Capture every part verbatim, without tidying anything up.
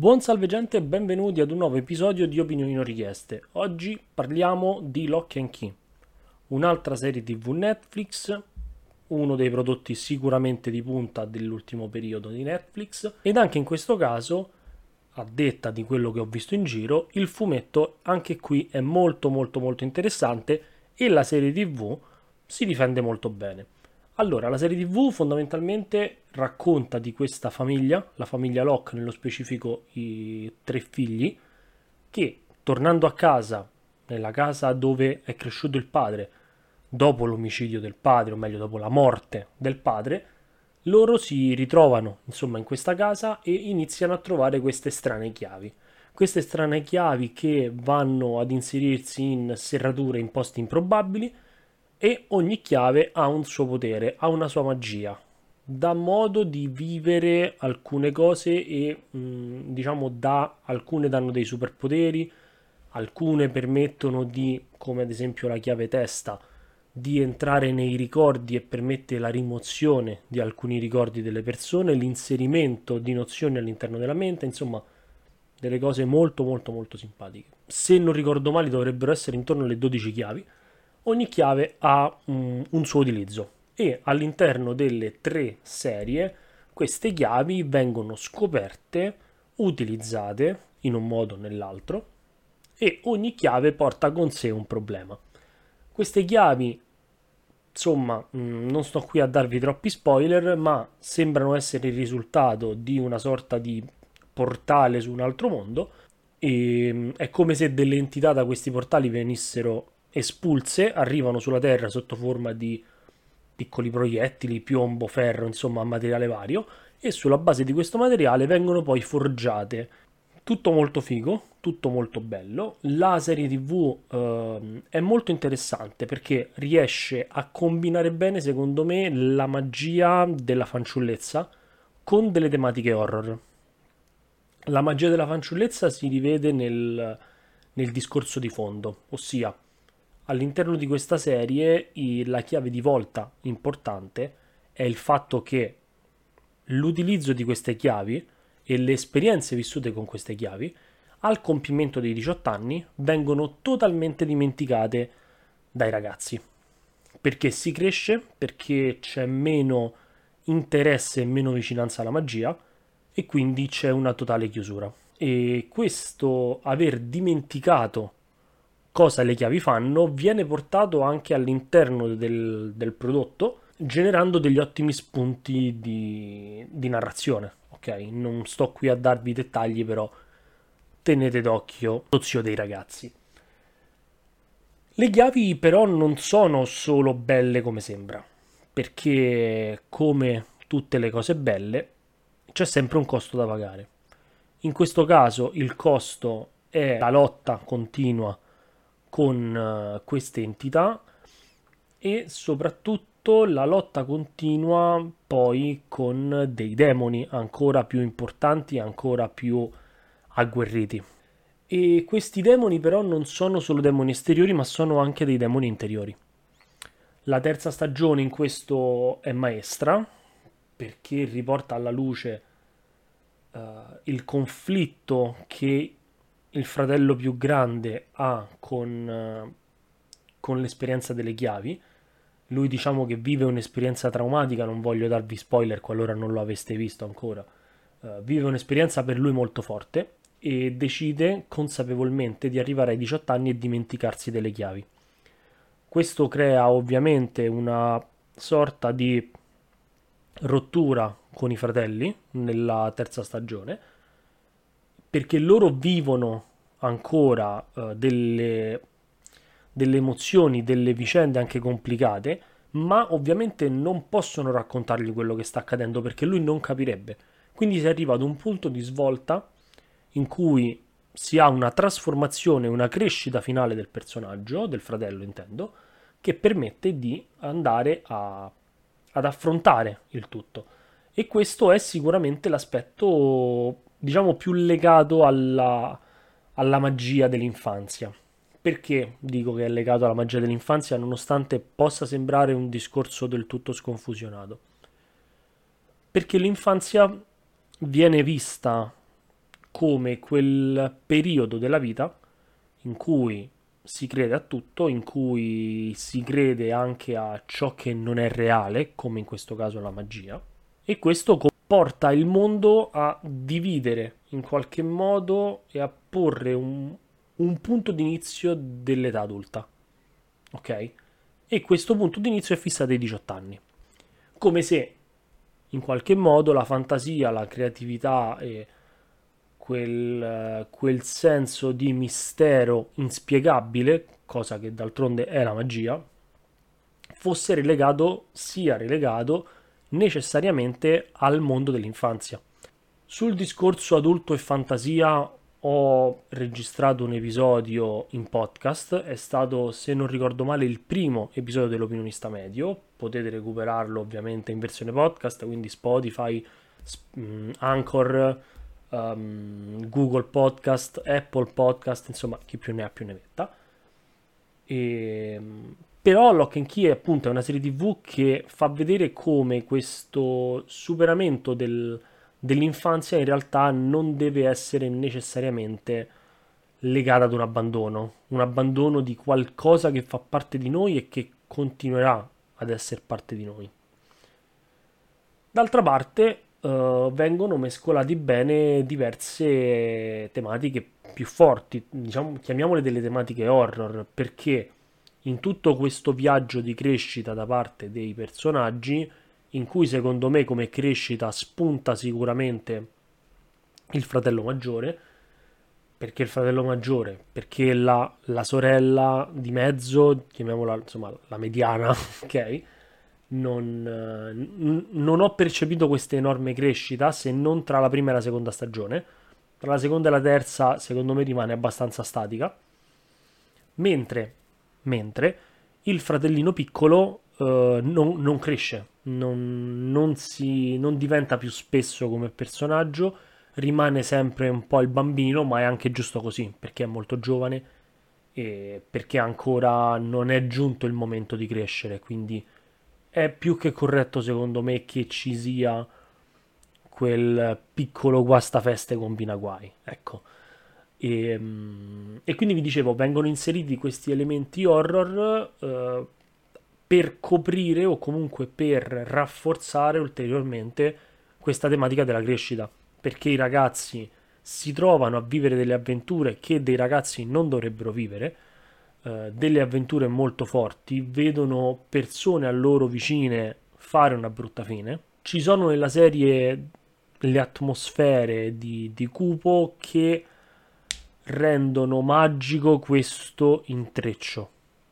Buon salve gente e benvenuti ad un nuovo episodio di Opinioni non richieste. Oggi parliamo di Lock and Key, un'altra serie T V Netflix, uno dei prodotti sicuramente di punta dell'ultimo periodo di Netflix, ed anche in questo caso, a detta di quello che ho visto in giro, il fumetto anche qui è molto molto molto interessante e la serie T V si difende molto bene. Allora, la serie T V fondamentalmente racconta di questa famiglia, la famiglia Locke, nello specifico i tre figli, che tornando a casa, nella casa dove è cresciuto il padre, dopo l'omicidio del padre, o meglio dopo la morte del padre, loro si ritrovano insomma in questa casa e iniziano a trovare queste strane chiavi. Queste strane chiavi che vanno ad inserirsi in serrature in posti improbabili e ogni chiave ha un suo potere, ha una sua magia, dà modo di vivere alcune cose e mh, diciamo da alcune danno dei superpoteri, alcune permettono di, come ad esempio la chiave testa, di entrare nei ricordi e permette la rimozione di alcuni ricordi delle persone, l'inserimento di nozioni all'interno della mente, insomma, delle cose molto molto molto simpatiche. Se non ricordo male dovrebbero essere intorno alle dodici chiavi. Ogni chiave ha un, un suo utilizzo e all'interno delle tre serie queste chiavi vengono scoperte, utilizzate in un modo o nell'altro e ogni chiave porta con sé un problema. Queste chiavi, insomma, mh, non sto qui a darvi troppi spoiler, ma sembrano essere il risultato di una sorta di portale su un altro mondo e mh, è come se delle entità da questi portali venissero espulse, arrivano sulla Terra sotto forma di piccoli proiettili, piombo, ferro, insomma materiale vario, e sulla base di questo materiale vengono poi forgiate. Tutto molto figo, tutto molto bello. La serie T V ehm, è molto interessante perché riesce a combinare bene, secondo me, la magia della fanciullezza con delle tematiche horror. La magia della fanciullezza si rivede nel, nel discorso di fondo, ossia all'interno di questa serie i- la chiave di volta importante è il fatto che l'utilizzo di queste chiavi e le esperienze vissute con queste chiavi al compimento dei diciotto anni vengono totalmente dimenticate dai ragazzi. Perché si cresce, perché c'è meno interesse e meno vicinanza alla magia e quindi c'è una totale chiusura. E questo aver dimenticato cosa le chiavi fanno viene portato anche all'interno del, del prodotto, generando degli ottimi spunti di, di narrazione. Ok, non sto qui a darvi dettagli, però tenete d'occhio l'ozio dei ragazzi. Le chiavi però non sono solo belle come sembra, perché come tutte le cose belle c'è sempre un costo da pagare. In questo caso il costo è la lotta continua con eh, queste entità e soprattutto la lotta continua poi con dei demoni ancora più importanti, ancora più agguerriti. E questi demoni però non sono solo demoni esteriori, ma sono anche dei demoni interiori. La terza stagione in questo è maestra perché riporta alla luce uh, il conflitto che il fratello più grande ha con, uh, con l'esperienza delle chiavi. Lui diciamo che vive un'esperienza traumatica, non voglio darvi spoiler qualora non lo aveste visto ancora. Uh, vive un'esperienza per lui molto forte e decide consapevolmente di arrivare ai diciotto anni e dimenticarsi delle chiavi. Questo crea ovviamente una sorta di rottura con i fratelli nella terza stagione perché loro vivono ancora uh, delle, delle emozioni, delle vicende anche complicate, ma ovviamente non possono raccontargli quello che sta accadendo perché lui non capirebbe. Quindi si arriva ad un punto di svolta in cui si ha una trasformazione, una crescita finale del personaggio, del fratello intendo, che permette di andare a, ad affrontare il tutto. E questo è sicuramente l'aspetto, diciamo, più legato alla, alla magia dell'infanzia. Perché dico che è legato alla magia dell'infanzia, nonostante possa sembrare un discorso del tutto sconfusionato? Perché l'infanzia viene vista come quel periodo della vita in cui si crede a tutto, in cui si crede anche a ciò che non è reale, come in questo caso la magia, e questo porta il mondo a dividere in qualche modo e a porre un, un punto d'inizio dell'età adulta, ok? E questo punto d'inizio è fissato ai diciotto anni, come se in qualche modo la fantasia, la creatività e quel, quel senso di mistero inspiegabile, cosa che d'altronde è la magia, fosse relegato, sia relegato necessariamente al mondo dell'infanzia. Sul discorso adulto e fantasia ho registrato un episodio in podcast, è stato, se non ricordo male, il primo episodio dell'Opinionista Medio, potete recuperarlo ovviamente in versione podcast, quindi Spotify, Anchor, um, Google Podcast, Apple Podcast, insomma chi più ne ha più ne metta. E, però Lock and Key è appunto una serie tv che fa vedere come questo superamento del, dell'infanzia in realtà non deve essere necessariamente legato ad un abbandono, un abbandono di qualcosa che fa parte di noi e che continuerà ad essere parte di noi. D'altra parte uh, vengono mescolati bene diverse tematiche più forti, diciamo, chiamiamole delle tematiche horror, perché in tutto questo viaggio di crescita da parte dei personaggi, in cui secondo me come crescita spunta sicuramente il fratello maggiore, perché il fratello maggiore, perché la, la sorella di mezzo, chiamiamola insomma la mediana, ok? Non, eh, non ho percepito questa enorme crescita se non tra la prima e la seconda stagione. Tra la seconda e la terza, secondo me, rimane abbastanza statica. Mentre, mentre il fratellino piccolo eh, non, non cresce, non, non, si, non diventa più spesso come personaggio, rimane sempre un po' il bambino, ma è anche giusto così, perché è molto giovane e perché ancora non è giunto il momento di crescere, quindi è più che corretto secondo me che ci sia quel piccolo guastafeste combina guai, ecco. E, e quindi vi dicevo, vengono inseriti questi elementi horror eh, per coprire o comunque per rafforzare ulteriormente questa tematica della crescita, perché i ragazzi si trovano a vivere delle avventure che dei ragazzi non dovrebbero vivere, eh, delle avventure molto forti, vedono persone a loro vicine fare una brutta fine. Ci sono nella serie le atmosfere di, di cupo che rendono magico questo intreccio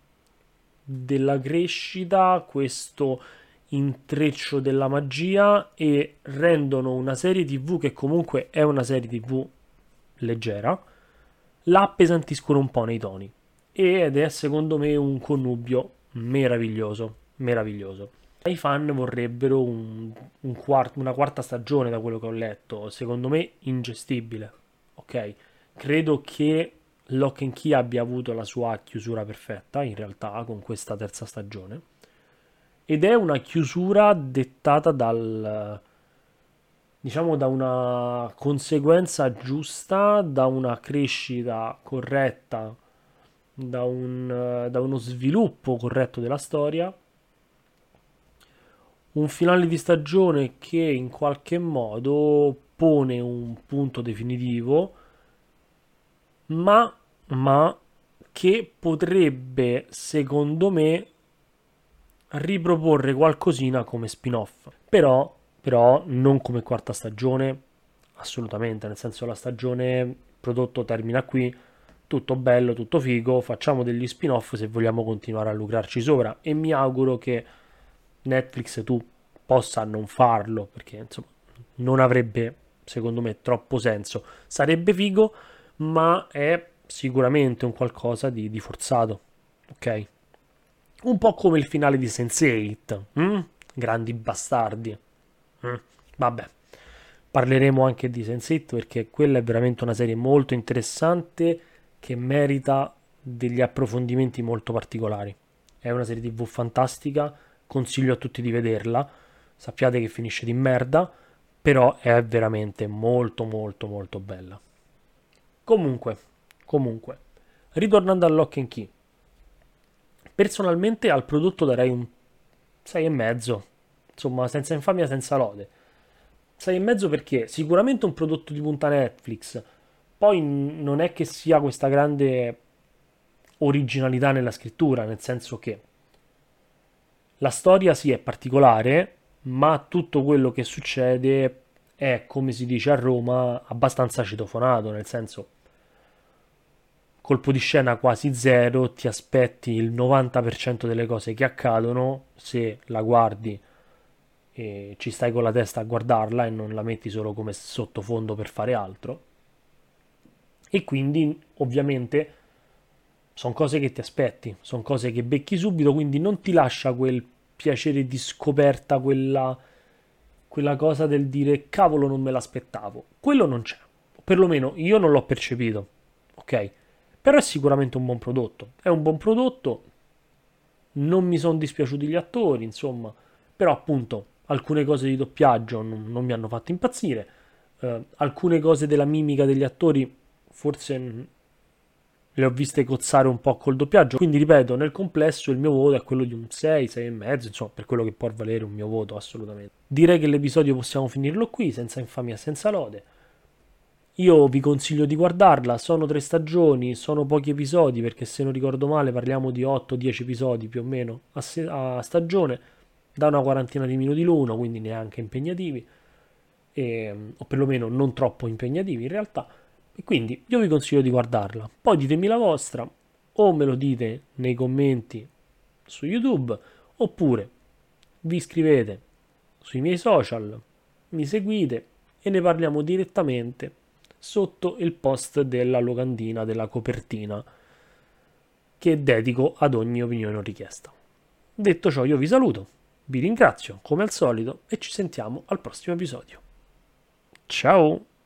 della crescita, questo intreccio della magia e rendono una serie tv che comunque è una serie tv leggera, la appesantiscono un po' nei toni ed è secondo me un connubio meraviglioso, meraviglioso. I fan vorrebbero un, un quart- una quarta stagione da quello che ho letto, secondo me ingestibile, ok? Credo che Lock and Key abbia avuto la sua chiusura perfetta in realtà con questa terza stagione ed è una chiusura dettata dal diciamo da una conseguenza giusta, da una crescita corretta, da, un, da uno sviluppo corretto della storia, un finale di stagione che in qualche modo pone un punto definitivo, ma, ma che potrebbe, secondo me, riproporre qualcosina come spin-off. Però, però non come quarta stagione, assolutamente, nel senso la stagione prodotto termina qui, tutto bello, tutto figo, facciamo degli spin-off se vogliamo continuare a lucrarci sopra e mi auguro che Netflix tu possa non farlo perché insomma non avrebbe secondo me troppo senso, sarebbe figo ma è sicuramente un qualcosa di, di forzato, ok? Un po' come il finale di sense eight, hm? Grandi bastardi. Mm, vabbè, parleremo anche di sense eight perché quella è veramente una serie molto interessante che merita degli approfondimenti molto particolari. È una serie tv fantastica, consiglio a tutti di vederla. Sappiate che finisce di merda, però è veramente molto molto molto bella. Comunque, comunque, ritornando al Lock and Key, personalmente al prodotto darei un sei e mezzo, insomma, senza infamia, senza lode. sei e mezzo perché sicuramente un prodotto di punta Netflix, poi n- non è che sia questa grande originalità nella scrittura, nel senso che la storia sì è particolare, ma tutto quello che succede è, come si dice a Roma, abbastanza citofonato, nel senso colpo di scena quasi zero, ti aspetti il novanta per cento delle cose che accadono, se la guardi e ci stai con la testa a guardarla e non la metti solo come sottofondo per fare altro. E quindi ovviamente sono cose che ti aspetti, sono cose che becchi subito, quindi non ti lascia quel piacere di scoperta, quella, quella cosa del dire cavolo non me l'aspettavo. Quello non c'è, perlomeno io non l'ho percepito, ok? Però è sicuramente un buon prodotto, è un buon prodotto, non mi sono dispiaciuti gli attori, insomma, però appunto alcune cose di doppiaggio non, non mi hanno fatto impazzire, eh, alcune cose della mimica degli attori forse mm, le ho viste cozzare un po' col doppiaggio, quindi ripeto, nel complesso il mio voto è quello di un sei, sei e mezzo, insomma, per quello che può valere un mio voto assolutamente. Direi che l'episodio possiamo finirlo qui, senza infamia, senza lode. Io vi consiglio di guardarla, sono tre stagioni, sono pochi episodi perché se non ricordo male parliamo di otto dieci episodi più o meno a, se- a stagione, da una quarantina di minuti l'uno, quindi neanche impegnativi, e- o perlomeno non troppo impegnativi in realtà, e quindi io vi consiglio di guardarla. Poi ditemi la vostra, o me lo dite nei commenti su YouTube, oppure vi iscrivete sui miei social, mi seguite e ne parliamo direttamente sotto il post della locandina, della copertina che dedico ad ogni opinione o richiesta. Detto ciò, io vi saluto, vi ringrazio come al solito e ci sentiamo al prossimo episodio. Ciao!